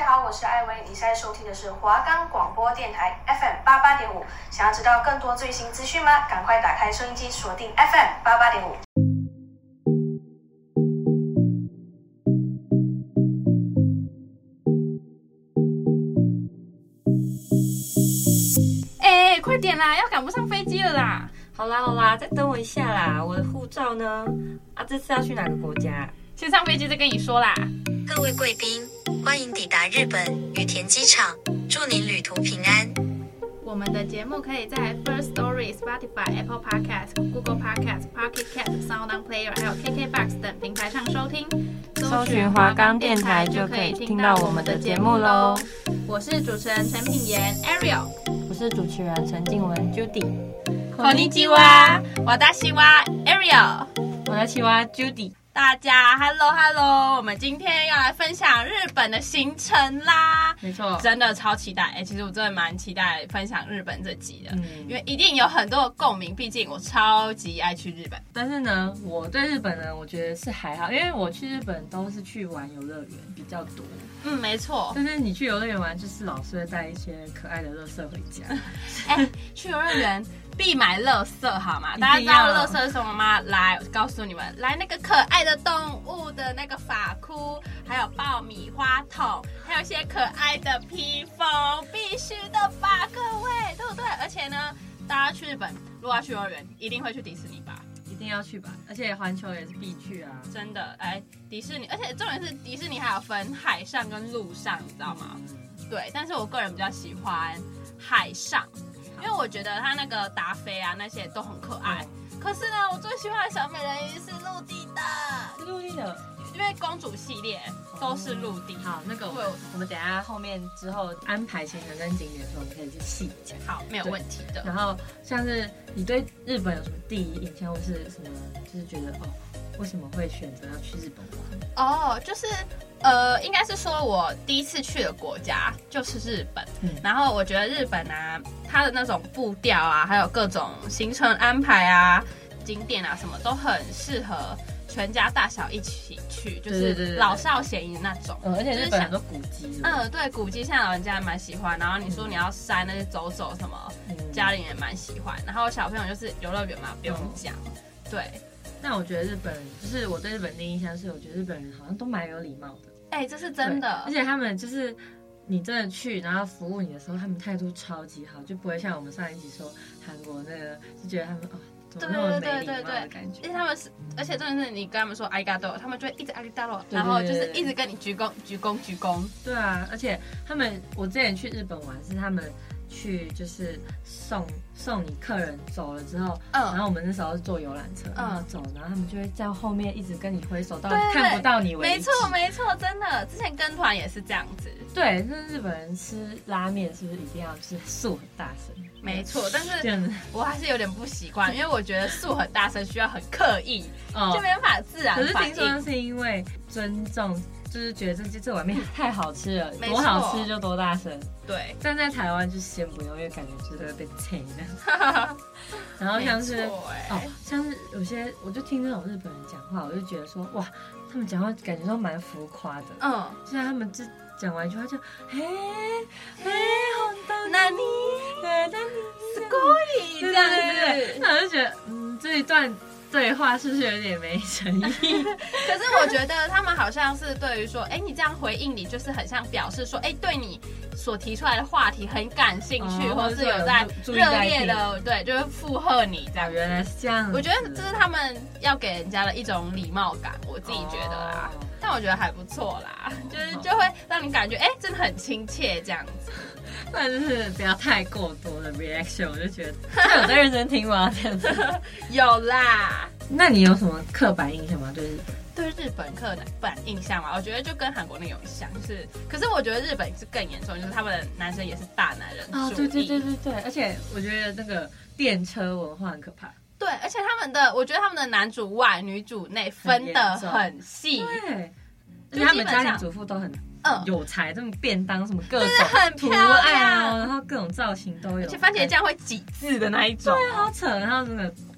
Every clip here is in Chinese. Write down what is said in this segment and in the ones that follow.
家好，我是艾薇，你现在收听的是华冈广播电台 FM 88.5。想要知道更多最新资讯吗？赶快打开收音机，锁定 FM 88.5。 快点啦，要赶不上飞机了啦！ 好啦，再等我一下啦。我的护照呢？这次要去哪个国家？ 先上飞机再跟你说啦。 各位贵宾，欢迎抵达日本羽田机场，祝您旅途平安。 我们的节目可以在 First Story、Spotify、Apple Podcast、Google Podcast、Pocket Cast、SoundOn Player 还有 KKBox 等平台上收听。 搜寻华冈电台就可以听到我们的节目咯。 我是主持人陈品言 Ariel， 我是主持人陈静雯 Judy。 こんにちは，私は Ariel， 私は Judy。 大家 Hello， 我们今天要来分享日本的行程啦。 没错， 真的超期待。其实我真的蛮期待分享日本这集的，因为一定有很多的共鸣，毕竟我超级爱去日本。 但是呢，我对日本呢，我觉得是还好，因为我去日本都是去玩游乐园比较多。 没错。 但是你去游乐园玩，就是老是会带一些可爱的垃圾回家。 去游乐园必买垃圾好吗？大家知道垃圾是什么吗？来，我告诉你们，来那个可爱的动物的那个发箍，还有爆米花桶，还有一些可爱的披风，必须的吧，各位，对不对？而且呢，大家去日本如果要去游乐园，一定会去迪士尼吧？ 一定要去吧，而且环球也是必去啊！ 真的，迪士尼，而且重点是迪士尼还有分海上跟陆上，你知道吗？对，但是我个人比较喜欢海上。因为我觉得它那个达菲啊那些都很可爱，可是呢，我最喜欢的小美人鱼是陆地的， 是陆地的， 因为公主系列都是陆地。 好，那个我们等一下后面之后安排行程跟景点的时候，我们可以去细讲。 好，没有问题的。 然后像是你对日本有什么第一印象，或是什么，就是觉得为什么会选择要去日本玩？ 就是应该是说我第一次去的国家就是日本，然后我觉得日本啊，它的那种步调啊，还有各种行程安排啊、景点啊什么，都很适合全家大小一起去，就是老少咸宜那种。 而且日本很多古迹。 对，古迹现在老人家也蛮喜欢。然后你说你要山那些走什么，家里也蛮喜欢。然后小朋友就是游乐园嘛，不用讲。对。 那我觉得日本就是我对日本第一印象是，我觉得日本人好像都蛮有礼貌的。 这是真的。而且他们就是你真的去，然后服务你的时候，他们态度超级好，就不会像我们上一集说韩国那个，就觉得他们怎么那么没礼貌的感觉。 而且重点是你跟他们说阿里嘎多，他们就会一直阿里嘎多，然后就是一直跟你鞠躬。 对啊，而且我之前去日本玩是他们去就是送你客人走了之后，然后我们那时候是坐游览车，然后走，然后他们就会在后面一直跟你挥手到看不到你为止。 没错，真的，之前跟团也是这样子。 对，那日本人吃拉面是不是一定要是速很大声？ 没错，但是我还是有点不习惯，因为我觉得速很大声需要很刻意，就没办法自然反应。 可是听说是因为尊重。就是觉得这碗面太好吃了，多好吃就多大声。 对， 但在台湾就先不用，因为感觉就是会被啐的。然后像是像是有些，我就听那种日本人讲话，我就觉得说哇，他们讲话感觉都蛮浮夸的。就像他们讲完一句话就本当那你すごい这样子， 那我就觉得这一段对话是不是有点没诚意？ 可是我觉得他们好像是对于说，你这样回应你，就是很像表示说，对你所提出来的话题很感兴趣，或是有在热烈的，对，就是附和你这样。 原来是这样。 我觉得这是他们要给人家的一种礼貌感，我自己觉得啦。但我觉得还不错啦，就会让你感觉，真的很亲切这样子。 但是不要太过多的 reaction， 我就觉得他有在认真听吗？这样子有啦。 那你有什么刻板印象吗？ 对日本刻板印象嘛，我觉得就跟韩国那有像，可是我觉得日本是更严重，就是他们的男生也是大男人主义。 对，而且我觉得那个电车文化很可怕。 对，而且我觉得他们的男主外女主内分得很细。 对，而且他们家庭主妇都很有才，这种便当什么各种图案然后各种造型都有， 而且番茄酱会挤字的那一种， 对，好扯。然后那个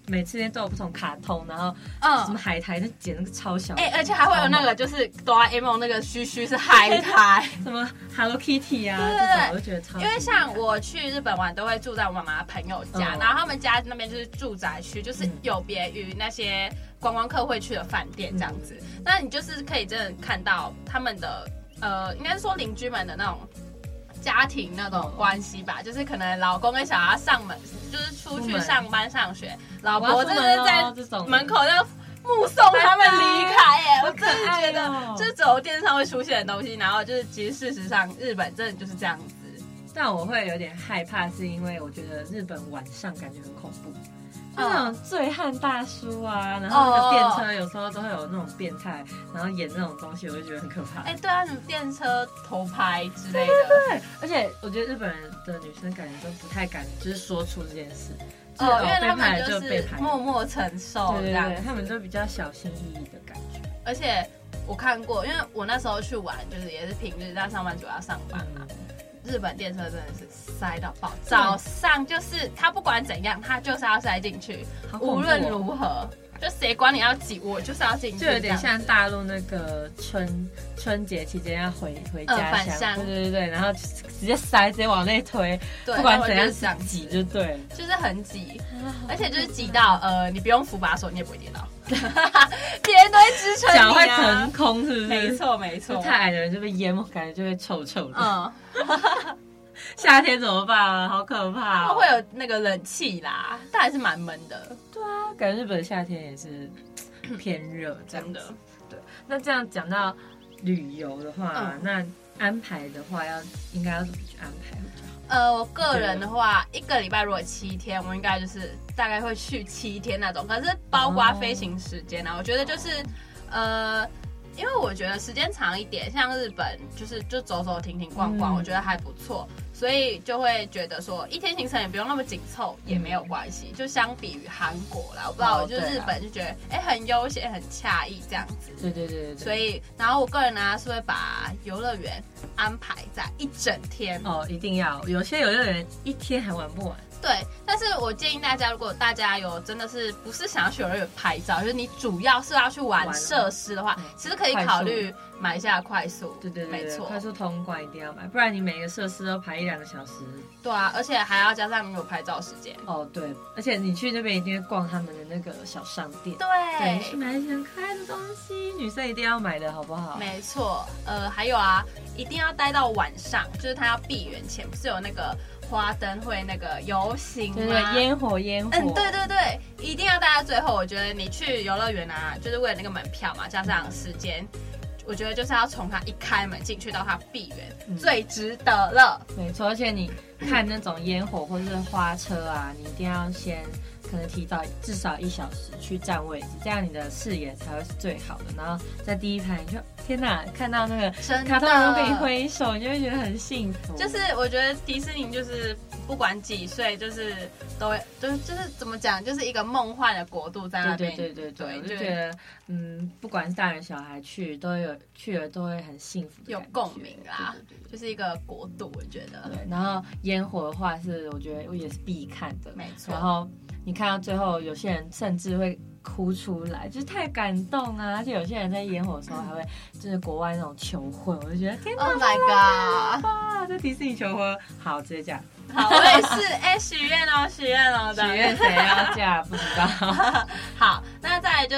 每次都有不同卡通，然后什么海苔就剪那个超小， 而且还会有那个就是哆啦 A 梦那个须是海苔， 什么 Hello Kitty 啊， 对， 我就觉得超。 因为像我去日本玩都会住在我妈妈朋友家，然后他们家那边就是住宅区，就是有别于那些观光客会去的饭店这样子。那你就是可以真的看到他们的应该是说邻居们的那种家庭那种关系吧，就是可能老公跟小孩上门，就是出去上班上学，老婆真的在门口要目送他们离开耶。我真的觉得就是只有电视上会出现的东西，然后就是其实事实上日本真的就是这样子。 但我会有点害怕，是因为我觉得日本晚上感觉很恐怖。那种醉汉大叔啊，然后那个电车有时候都会有那种变态，然后演那种东西，我就觉得很可怕。 对啊，什么电车偷拍之类的。 对，而且我觉得日本人的女生感觉都不太敢，就是说出这件事。 因为他们就是默默承受这样， 对，他们都比较小心翼翼的感觉。 而且我看过，因为我那时候去玩，就是也是平日，但上班族要上班嘛。日本电车真的是塞到爆，早上就是他不管怎样，他就是要塞进去，无论如何，就谁管你要挤，我就是要进去， 就有点像大陆那个春节期间要回家乡，对，然后直接塞，直接往内推，不管怎样挤就对了， 就是很挤，而且就是挤到你不用扶把手，你也不会跌倒。别人都会支撑你脚会腾空，是不是？没错。 太矮的人就被淹没，感觉就会臭臭的。夏天怎么办啊？好可怕！ 会有那个冷气啦，但还是蛮闷的。 对啊，感觉日本的夏天也是偏热，真的。对，那这样讲到旅游的话，那安排的话应该要怎么去安排比较好？ 我个人的话，一个礼拜如果7天，我应该就是大概会去7天那种，可是包括飞行时间啊，我觉得就是因为我觉得时间长一点，像日本就走走停停逛逛，我觉得还不错，所以就会觉得说1天行程也不用那么紧凑，也没有关系。就相比于韩国啦，我不知道，我就是日本就觉得很悠闲，很惬意这样子。 对。 所以，然后我个人呢是会把游乐园安排在1整天。 一定要，有些游乐园1天还玩不完。 对，但是我建议大家，如果大家有真的是不是想要去游乐园拍照，就是你主要是要去玩设施的话，其实可以考虑买一下快速。对，没错， 快速通关一定要买，不然你每个设施都排1-2个小时。 对啊，而且还要加上有拍照时间。 对，而且你去那边一定会逛他们的那个小商店。对，去买一些很可爱的东西，女生一定要买的好不好？ 没错，还有啊，一定要待到晚上，就是它要闭园前，不是有那个花灯会那个游行吗？ 对，烟火。 对，一定要待到最后。我觉得你去游乐园啊，就是为了那个门票嘛，加上时间，我觉得就是要从它一开门进去到它闭园，最值得了。 没错，而且你看那种烟火或者是花车啊，你一定要先可能提早至少1小时去占位置，这样你的视野才会是最好的。然后在第一排，你就天哪，看到那个卡通人物跟你挥手，你就会觉得很幸福。 就是我觉得迪士尼就是不管几岁，就是都会就是怎么讲，就是一个梦幻的国度在那边。 对，我就觉得不管是大人小孩去了都会很幸福的感觉， 有共鸣啦。就是一个国度，我觉得。 对，然后烟火的话我觉得也是必看的， 没错。 然后你看到最后，有些人甚至会哭出来，就是太感动啊！而且有些人在烟火的时候还会，就是国外那种求婚，我就觉得天哪 ！Oh my god！ 哇，在迪士尼求婚，好，直接讲。 好，我也是，许愿哦，许愿谁要嫁不知道。 好，那再来就是，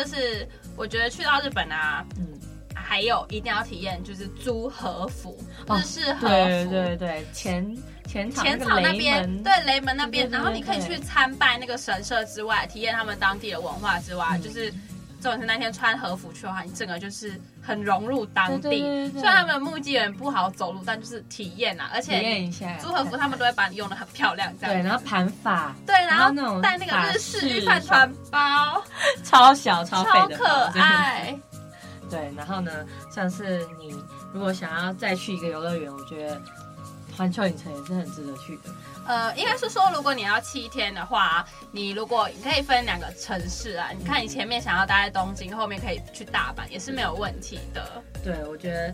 我觉得去到日本啊，还有一定要体验就是租和服，日式和服。 对，前场那边，对，雷门那边，然后你可以去参拜那个神社之外，体验他们当地的文化之外，就是重点是那天穿和服去的话，你整个就是很融入当地。虽然他们的目的人不好走路，但就是体验啊，而且租和服他们都会把你用得很漂亮，这样。 对，然后盘发， 对，然后带那个日式御饭团包， 超小超可爱。 对，然后呢，像是你如果想要再去一个游乐园，我觉得环球影城也是很值得去的。 应该是说，如果你要7天的话，你可以分2个城市啊。你看，你前面想要待在东京，后面可以去大阪，也是没有问题的。 对，我觉得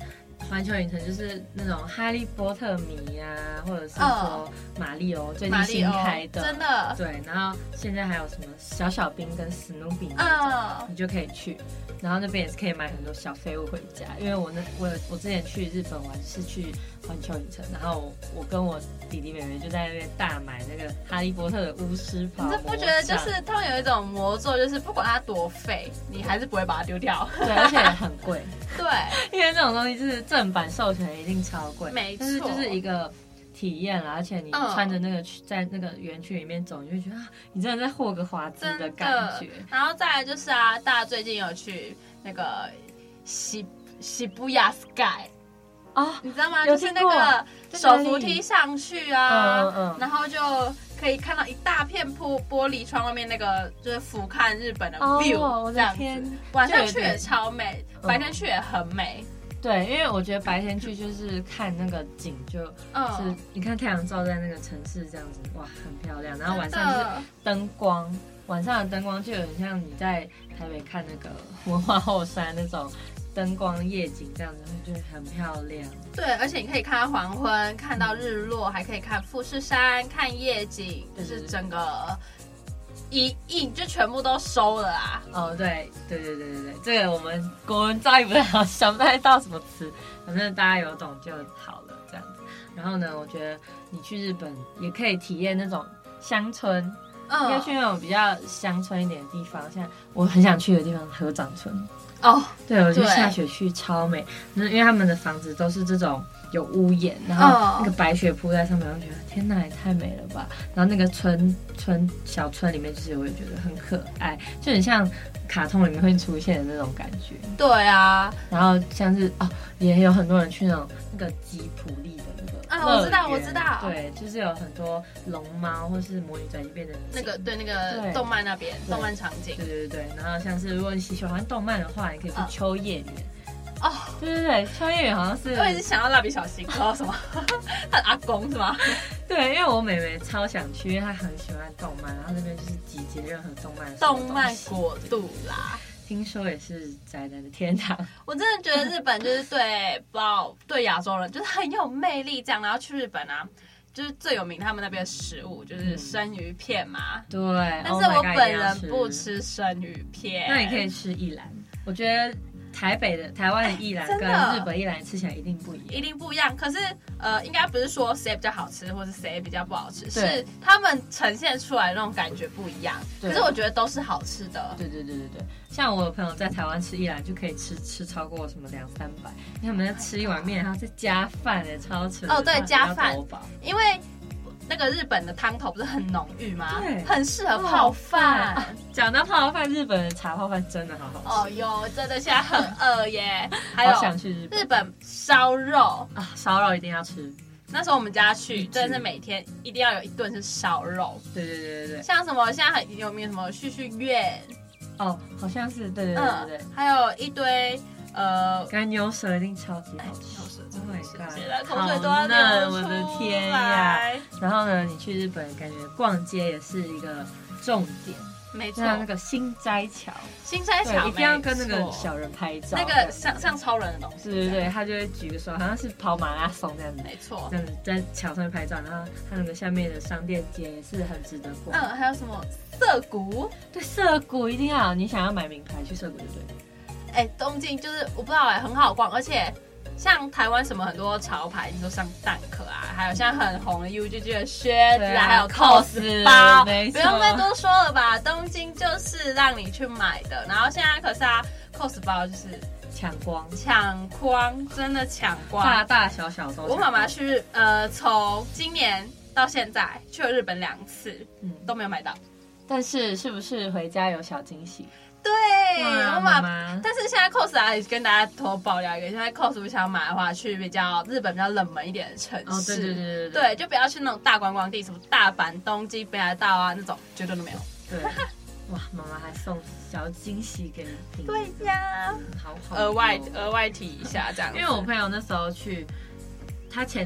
环球影城就是那种哈利波特迷啊，或者是说马里欧最近新开的， 真的对。然后现在还有什么小小兵跟史努比那种，你就可以去。然后那边也是可以买很多小废物回家，因为我之前去日本玩是去环球影城，然后我跟我弟弟妹妹就在那边大买那个哈利波特的巫师袍。 你这不觉得就是他们有一种魔咒，就是不管它多废，你还是不会把它丢掉？ 对，而且也很贵。 对， 因为这种东西就是正版授权一定超贵， 没错， 但是就是一个体验啦，而且你穿着那个在那个园区里面走，你就会觉得你真的在霍格华兹的感觉。 然后再来就是大家最近有去那个西布亚 Sky 哦，你知道吗？就是那个手扶梯上去啊，然后就可以看到一大片玻璃窗外面那个就是俯瞰日本的 view， 这样子。晚上去也超美，白天去也很美。 对，因为我觉得白天去就是看那个景，就是你看太阳照在那个城市这样子，哇，很漂亮。然后晚上就是灯光，晚上的灯光就有点像你在台北看那个文化后山那种灯光夜景这样子，就很漂亮。 对，而且你可以看到黄昏，看到日落，还可以看富士山，看夜景，就是整个一就全部都收了啊！ 哦，对，这个我们国文造诣不太好，想不太到什么词，反正大家有懂就好了这样子。然后呢，我觉得你去日本也可以体验那种乡村，应该去那种比较乡村一点的地方。像我很想去的地方，合掌村。哦，对，我就下雪去超美，因为他们的房子都是这种有屋檐，然后那个白雪铺在上面，我就觉得天哪，也太美了吧！然后那个小村里面，就是我也觉得很可爱，就很像卡通里面会出现的那种感觉。 对啊， 然后像是也有很多人去那个吉普力的那个。 我知道。 对，就是有很多龙猫或是魔女宅急便的那个动漫那边动漫场景。 对。然后像是如果你喜欢动漫的话，你可以去秋叶原。哦，对，秋叶原好像是。 我也是想要蜡笔小新，不知道什么，他的阿公是吗？ 对，因为我妹妹超想去，因为她很喜欢动漫，然后那边就是集结任何动漫国度啦。 听说也是宅男的天堂。 我真的觉得日本就是对亚洲人就是很有魅力，这样。然后去日本啊，就是最有名他们那边的食物就是生鱼片嘛。 对， 但是我本人不吃生鱼片。 那你可以吃一兰，我觉得台湾的一兰跟日本一兰吃起来一定不一样， 可是应该不是说谁比较好吃或是谁比较不好吃，是他们呈现出来的那种感觉不一样。可是我觉得都是好吃的。 对，像我有朋友在台湾吃一兰就可以吃超过什么200-300，因为他们在吃一碗面，然后再加饭超扯。 哦，对，加饭，因为那个日本的汤头不是很浓郁吗？对，很适合泡饭。 讲到泡饭，日本的茶泡饭真的好好吃。 哦哟，真的现在很饿耶。还有想去日本烧肉啊，烧肉一定要吃。 那时候我们家去，真的是每天一定要有一顿是烧肉。 对。 像什么现在很有名什么旭苑。 哦，好像是，对。 还有一堆干牛舌一定超级好吃。 Oh my god！ 现在口水都要流出来，我的天呀！然后呢，你去日本感觉逛街也是一个重点。 没错， 像那个心斋桥，一定要跟那个小人拍照， 那个像超人的东西。 对，他就会举个手，好像是跑马拉松这样子。 没错， 这样子在桥上面拍照，然后他那个下面的商店街也是很值得逛。 还有什么涩谷？ 对，涩谷一定要，你想要买名牌去涩谷就对。 东京就是我不知道很好逛，而且。像台湾什么很多潮牌，你说像蛋壳啊，还有像很红的 UGG 的靴子啊，还有 COS 包，不用再多说了吧？东京就是让你去买的，然后现在可是COS 包就是抢光， 真的抢光， 大小小都。 我妈妈去从今年到现在去了日本2次，都没有买到。 但是是不是回家有小惊喜？ 对，我妈，但是现在 COS 也跟大家偷爆料一个，现在 COS 不想买的话，去日本比较冷门一点的城市。 哦， 对，就不要去那种大观光地，什么大阪、东京、北海道啊那种，绝对都没有。 对，哇，妈妈还送小惊喜给你。 对呀，好，额外提一下这样。 因为我朋友那时候去，他前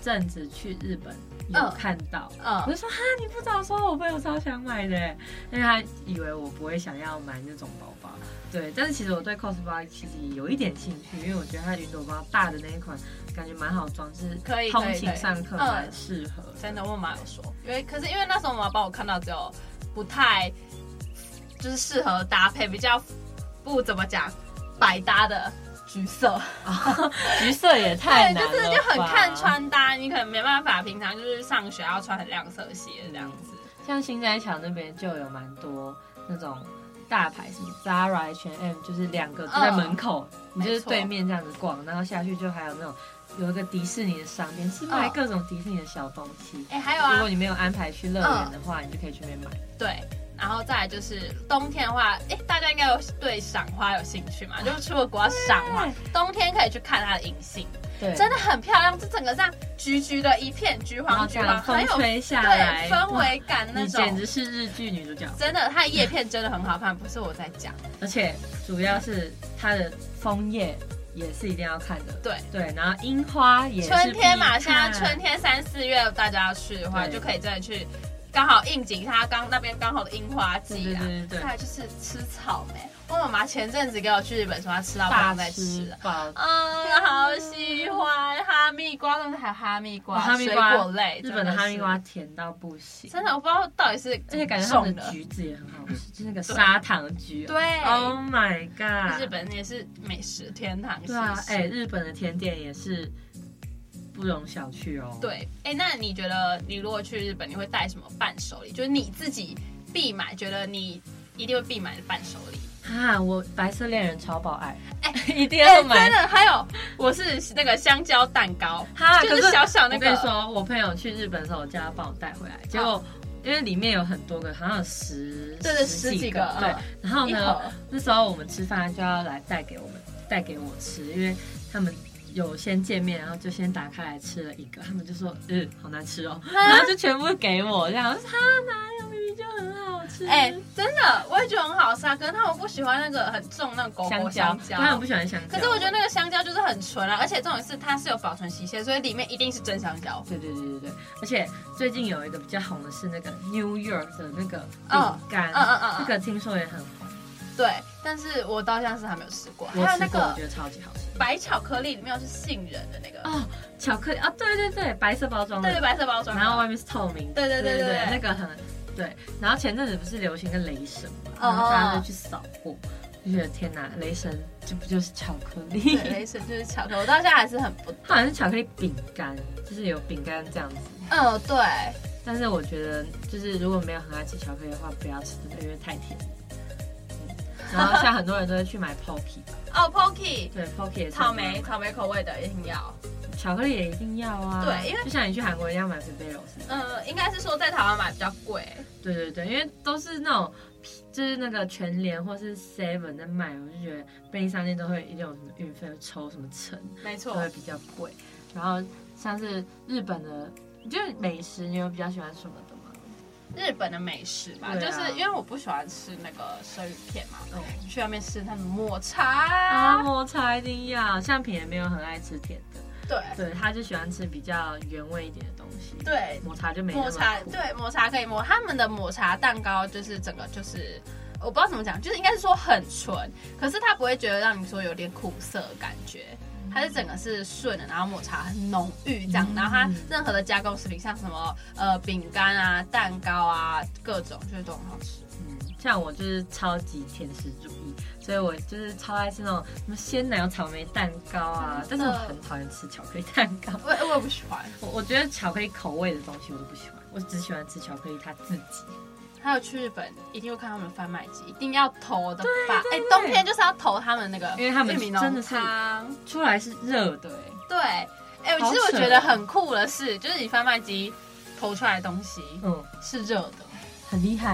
阵子去日本有看到，我就说哈，你不早说，我朋友超想买的，因为他以为我不会想要买那种包包。对，但是其实我对 COS 包其实有一点兴趣，因为我觉得它云朵包大的那一款感觉蛮好装，是通勤上课蛮适合。 真的，我妈有说，因为那时候妈妈帮我看到只有不太就是适合搭配，比较不怎么讲百搭的橘色， 橘色也太难了吧， 对，就很看穿搭，你可能没办法平常就是上学要穿很亮色系的这样子。 像新斋桥那边就有蛮多那种大牌，什么 Zara、H&M， 就是2个就在门口，你就是对面这样子逛，然后下去就还有那种有一个迪士尼的商店，是卖各种迪士尼的小东西。 还有啊， 如果你没有安排去乐园的话，你就可以去那边买。 对。然后再来就是冬天的话，大家应该有对赏花有兴趣嘛？就是出了国要赏花，冬天可以去看它的银杏，对，真的很漂亮，这整个这样橘橘的一片，橘黄橘黄， 风吹下来， 对，氛围感那种， 你简直是日剧女主角。 真的，它的叶片真的很好看，不是我在讲， 而且主要是它的枫叶也是一定要看的，对，然后樱花也是春天嘛，现在春天3、4月大家要去的话，就可以真的去。刚好应景，它那边刚好的樱花季啦。对，再来就是吃草莓。我妈妈前阵子给我去日本说，她吃到饱在吃，好喜欢哈密瓜，甚至还有哈密瓜，水果类， 日本的哈密瓜甜到不行， 真的我不知道到底是， 而且感觉他们的橘子也很好吃，就是那个砂糖橘。 对 ，Oh my god， 日本也是美食天堂。 对啊，日本的甜点也是。不容小觑哦。 对，那你觉得你如果去日本，你会带什么伴手礼？就是你自己必买，觉得你一定会必买的伴手礼。 我白色恋人超爆爱，一定要买。 真的，还有我是那个香蕉蛋糕，就是小小那个。 我跟你说，我朋友去日本的时候，我叫他帮我带回来，结果因为里面有很多个，好像有十几个，对。然后呢，那时候我们吃饭就要来带给我吃，因为他们。有先见面，然后就先打开来吃了一个，他们就说好难吃哦，然后就全部给我，这样哪有明明就很好吃， 真的我也觉得很好吃啊，可是他们不喜欢那个很重那个狗狗香蕉， 他们不喜欢香蕉， 可是我觉得那个香蕉就是很纯啊，而且重点是它是有保存期限，所以里面一定是真香蕉。 对，而且最近有一个比较红的是那个 New York 的那个饼干，那个听说也很红。 对，但是我到现在是还没有吃过。 还有那个我觉得超级好吃， 白巧克力里面是杏仁的那个巧克力对，白色包装的， 对，白色包装， 然后外面是透明的， 对， 那个很对。然后前阵子不是流行个雷神嘛，然后大家都去扫货，就觉得天哪，雷神这不就是巧克力？ 对，雷神就是巧克力，我到现在还是很不懂。 它好像是巧克力饼干，就是有饼干这样子。 对。 但是我觉得，就是如果没有很爱吃巧克力的话，不要吃这个，因为太甜。然后像很多人都会去买 Pocky ，Pocky， 对 Pocky 也是草莓口味的一定要， 巧克力也一定要啊。 对，因为就像你去韩国一样买 Ferrero 应该是说在台湾买比较贵。 对，因为都是那种就是那个全联或是 Seven 在卖，我就觉得便利商店都会一定有什么运费抽什么成， 没错， 都会比较贵。然后像是日本的，就是美食，你有比较喜欢什么的吗？ 日本的美食吧，就是因为我不喜欢吃那个生鱼片嘛，去外面吃他们抹茶抹茶一定要。像品也没有很爱吃甜的，对， 他就喜欢吃比较原味一点的东西。 对， 抹茶就没那么苦。 抹茶可以抹，他们的抹茶蛋糕就是整个就是我不知道怎么讲，就是应该是说很纯，可是它不会觉得让你说有点苦涩的感觉。它是整个是顺的，然后抹茶很浓郁这样，然后它任何的加工食品，像什么饼干啊、蛋糕啊，各种就是都很好吃。 像我就是超级甜食主义，所以我就是超爱吃那种什么鲜奶油草莓蛋糕啊，但是我很讨厌吃巧克力蛋糕， 我也不喜欢。 我觉得巧克力口味的东西我都不喜欢，我只喜欢吃巧克力它自己。 还有去日本一定会看他们贩卖机，一定要投的吧？冬天就是要投他们那个， 因为他们真的是出来是热的对，其实我觉得很酷的是，就是你贩卖机投出来的东西，是热的， 很厉害。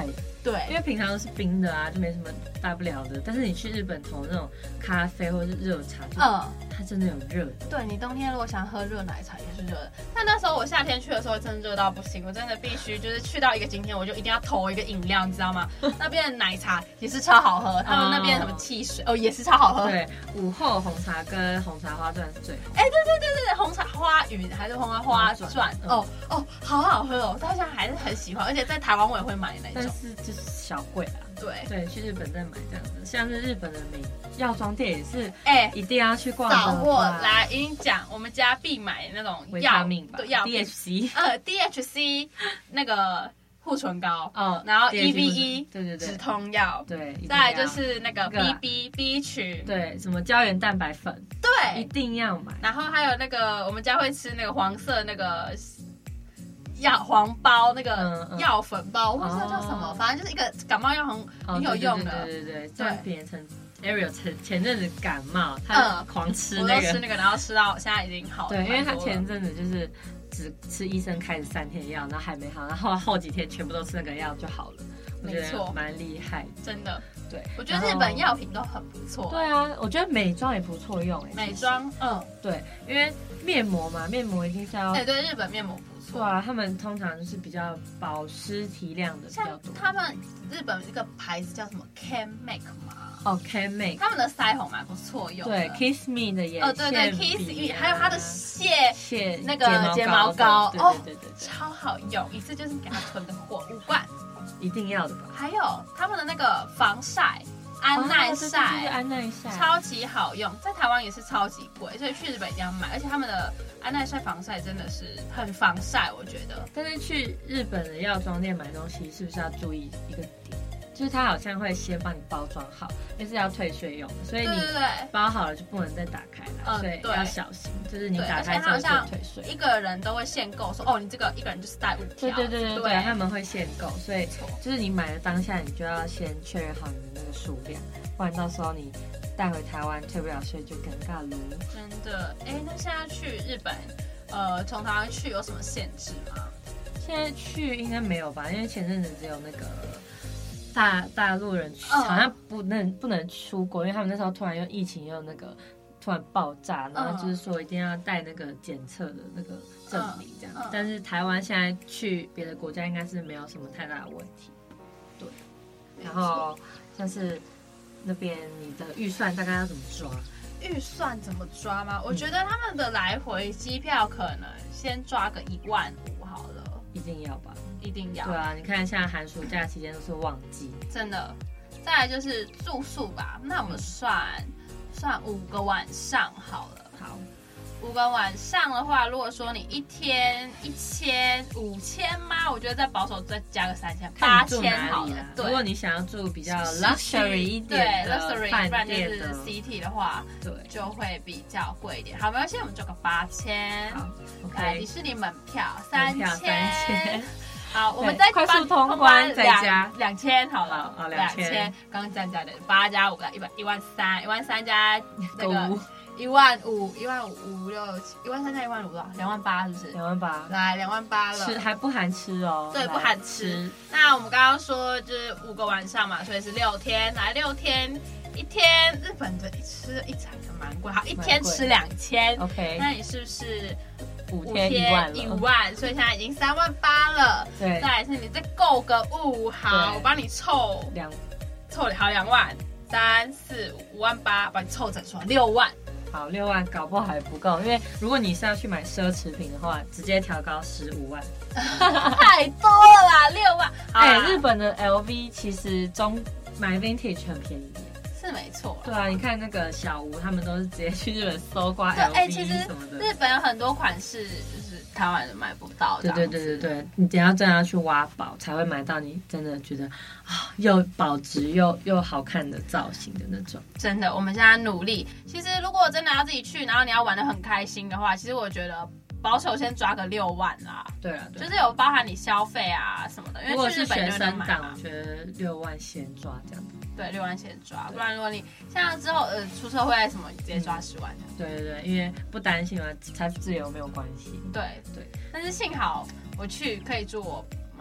对， 因为平常都是冰的啊，就没什么大不了的。但是你去日本投那种咖啡或者是热茶，它真的有热的。 对，你冬天如果想喝热奶茶也是热的。但那时候我夏天去的时候真的热到不行，我真的必须就是去到一个景点，我就一定要投一个饮料，你知道吗？那边的奶茶也是超好喝，他们那边什么汽水也是超好喝。 对，午后红茶跟红茶花钻是最好。 对，红茶花语还是红茶花钻好好喝哦，到现在还是很喜欢，而且在台湾我也会买那种， 但是就是小贵啦。 对， 去日本再买这样子，像是日本的药妆店也是，一定要去逛的。 扫货来，跟你讲，我们家必买那种维他命吧， 药 DHC， 那个护唇膏然后 EVE 对止痛药， 对， 再来就是那个 B 群， 对，什么胶原蛋白粉， 对， 一定要买。 然后还有那个我们家会吃那个黄色那个。黄包那个药粉包，我不知道叫什么，反正就是一个感冒药很有用的。 对，这样变成 Ariel 前阵子感冒，他狂吃那个， 我都吃那个，然后吃到现在已经好了。 对，因为他前阵子就是只吃医生开的3天药，然后还没好，然后后几天全部都吃那个药就好了。 没错， 蛮厉害， 真的。 对， 我觉得日本药品都很不错。 对啊，我觉得美妆也不错用美妆， 对，因为面膜嘛，面膜一定是要。 对，日本面膜不错。 对啊，他们通常就是比较保湿提亮的比较多。 像他们日本一个牌子叫什么 Can Make 嘛 ？Can Make， 他们的腮红蛮不错用的。 对 ，Kiss Me 的眼线对 ，Kiss Me， 还有它的卸那个睫毛膏， 对， 超好用，一次就是给它囤的货5罐。 一定要的吧？ 还有他们的那个防晒安耐晒， 安耐晒超级好用，在台湾也是超级贵，所以去日本一定要买。而且他们的安耐晒防晒真的是很防晒，我觉得。 但是去日本的药妆店买东西，是不是要注意一个点？就是它好像会先帮你包装好，因为是要退税用的，所以你包好了就不能再打开了，所以要小心。就是你打开之后就退税。 一个人都会限购，说你这个一个人就是带5条。 对，他们会限购，所以就是你买的当下，你就要先确认好你的那个数量，不然到时候你带回台湾退不了税就尴尬了。 真的，那现在去日本，从台湾去有什么限制吗？ 现在去应该没有吧，因为前阵子只有那个。大陆人好像不能出国，因为他们那时候突然又疫情又那个突然爆炸，然后就是说一定要带那个检测的那个证明这样。但是台湾现在去别的国家应该是没有什么太大的问题。对，然后像是那边你的预算大概要怎么抓？ 预算怎么抓吗？我觉得他们的来回机票可能先抓个15000好了。 一定要吧？ 一定要。 对啊，你看像寒暑假期间都是旺季， 真的。再来就是住宿吧，那我们算5个晚上好了。 好 ，5个晚上的话，如果说你一天1000、5000吗？我觉得再保守再加个3000、8000好了。 对，如果你想要住比较 luxury 一点的饭店的 city 的话， 对， 就会比较贵一点。好，没关系，我们就个8000。 好 ，OK。迪士尼门票3000。好，我们再快速通关再加 2000好了 ，2000。 刚刚加的8加5的13000加那个15000、15000、16000、13000加15000多少？28000是不是 ？28000， 来28000了， 吃还不含吃哦。 对，不含吃。那我们刚刚说就是5个晚上嘛，所以是6天，来6天，1天日本的吃一餐就蛮贵，好，1天吃2000 ，OK。 那你是不是 5天1 万？所以现在已经38000了。 对， 再来是你再购个物，好，我帮你凑好2万，3、4、58000，帮你凑整出来6万。 好，6万搞不好还不够，因为如果你是要去买奢侈品的话，直接调高15万， 太多了啦，6万。 日本的 LV 其实买 vintage 很便宜。 是没错。 对啊，你看那个小吴他们都是直接去日本搜刮 LV 其实什么的。 日本有很多款式就是台湾人买不到的。 对，你等一下真的要去挖宝才会买到你真的觉得又保值又好看的造型的那种。 真的，我们现在努力。其实如果真的要自己去，然后你要玩得很开心的话，其实我觉得保守先抓个6万啦。 对啊， 就是有包含你消费啊什么的。因为去日本就能买嘛。如果是学生党，我觉得6万先抓这样子。 对，6万先抓，不然如果你像之后出社会什么，你直接抓10万。 对，因为不担心嘛，财富自由没有关系。 对，但是幸好我去可以住我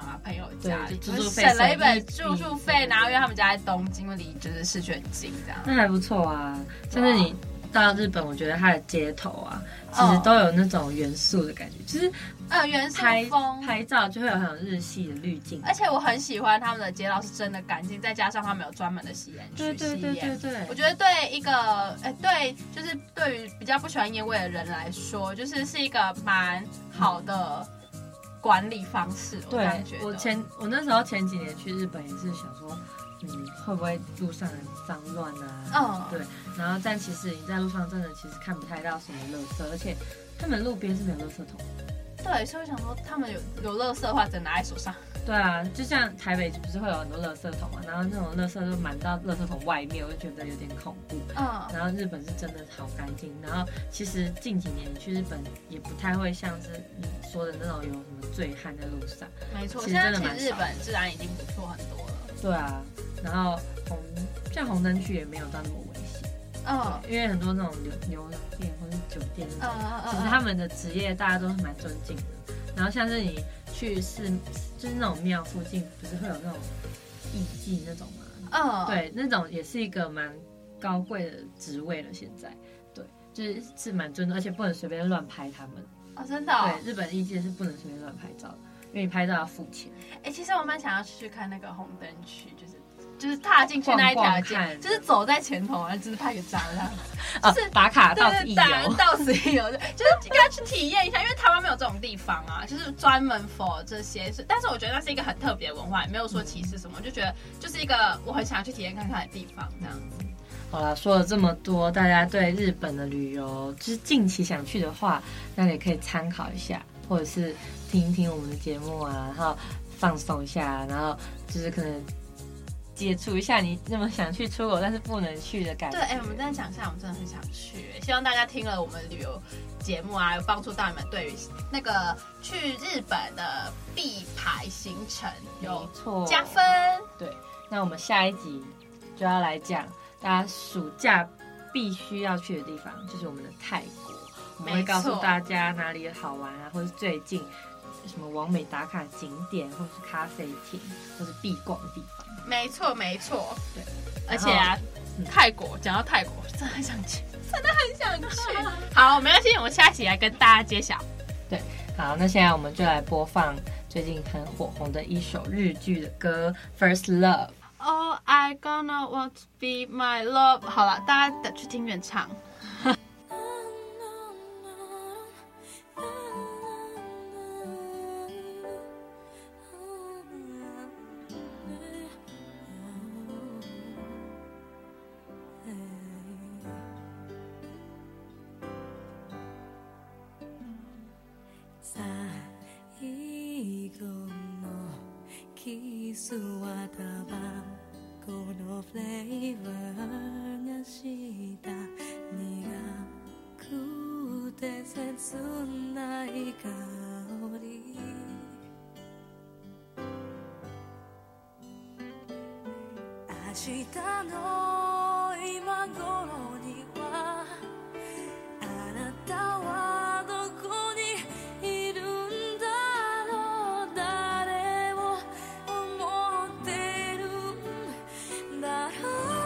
妈妈朋友家里， 住宿费省了一本住宿费，然后因为他们家在东京，离就是市区很近，这样。 那还不错啊，像是你到日本，我觉得它的街头啊，其实都有那种元素的感觉，就是元素风拍照就会有很有日系的滤镜， 而且我很喜欢他们的街道是真的干净，再加上他们有专门的吸烟区， 对， 我觉得对一个就是对于比较不喜欢烟味的人来说，就是是一个蛮好的管理方式。 对， 我觉得我那时候前几年去日本也是想说，会不会路上很脏乱啊？对，然后但其实你在路上真的其实看不太到什么垃圾，而且他们路边是没有垃圾桶。 对，所以我想说，他们有垃圾的话，只能拿在手上。 对啊，就像台北不是会有很多垃圾桶嘛，然后那种垃圾就满到垃圾桶外面，我就觉得有点恐怖。然后日本是真的好干净，然后其实近几年去日本也不太会像是你说的那种有什么醉汉在路上。 没错，现在其实日本治安已经不错很多了。 对啊，然后像红灯区也没有到那么危险。因为很多那种牛郎店或是酒店那种，其实他们的职业大家都是蛮尊敬的。然后像是你去就是那种庙附近，不是会有那种艺妓那种吗？对，那种也是一个蛮高贵的职位了。现在，对，就是蛮尊重，而且不能随便乱拍他们。 真的。 对，日本艺妓是不能随便乱拍照的，因为你拍照要付钱。 其实我蛮想要去看那个红灯区，就是踏进去那一条街，就是走在前头，然后就是拍个照这样，就是打卡到此一游， 到此一游，就是应该去体验一下，因为台湾没有这种地方啊，就是专门 for 这些。但是我觉得那是一个很特别的文化，也没有说歧视什么，就觉得就是一个我很想去体验看看的地方这样子。 好了，说了这么多，大家对日本的旅游就是近期想去的话，那也可以参考一下，或者是听一听我们的节目啊，然后放松一下，然后就是可能解除一下你那么想去出国但是不能去的感觉。 对，我们真的讲一下，我们真的很想去。希望大家听了我们旅游节目啊，有帮助到你们对于那个去日本的必排行程有加分。 对，那我们下一集就要来讲大家暑假必须要去的地方，就是我们的泰国。我们会告诉大家哪里好玩啊，或是最近什么网美打卡景点，或是咖啡厅，或是必逛的地方。 没错。对，而且啊，泰国讲到泰国，真的很想去，真的很想去。好，没关系，我们下期来跟大家揭晓。 对，好，那现在我们就来播放最近很火红的一首日剧的歌《First Love》。Oh, I gonna want to be my love。好了，大家得去听原唱。 キスはタバコのフレーバーがした苦くて切ない香り明日の今頃にはあなたはどこにいるんだろう誰を思ってるんだろう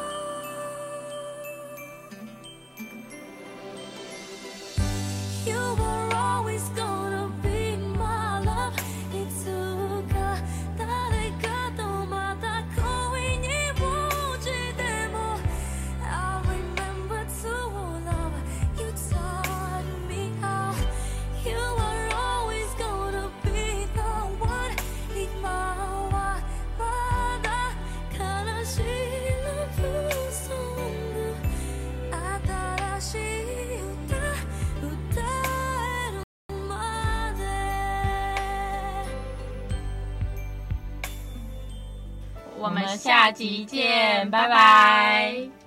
You were always gonna be my love いつか誰かとまた恋に落ちても I remember to love You taught me how You are always gonna be the one 今はまだ悲しいラブソング新しい歌歌えるまで我们下集见，拜拜。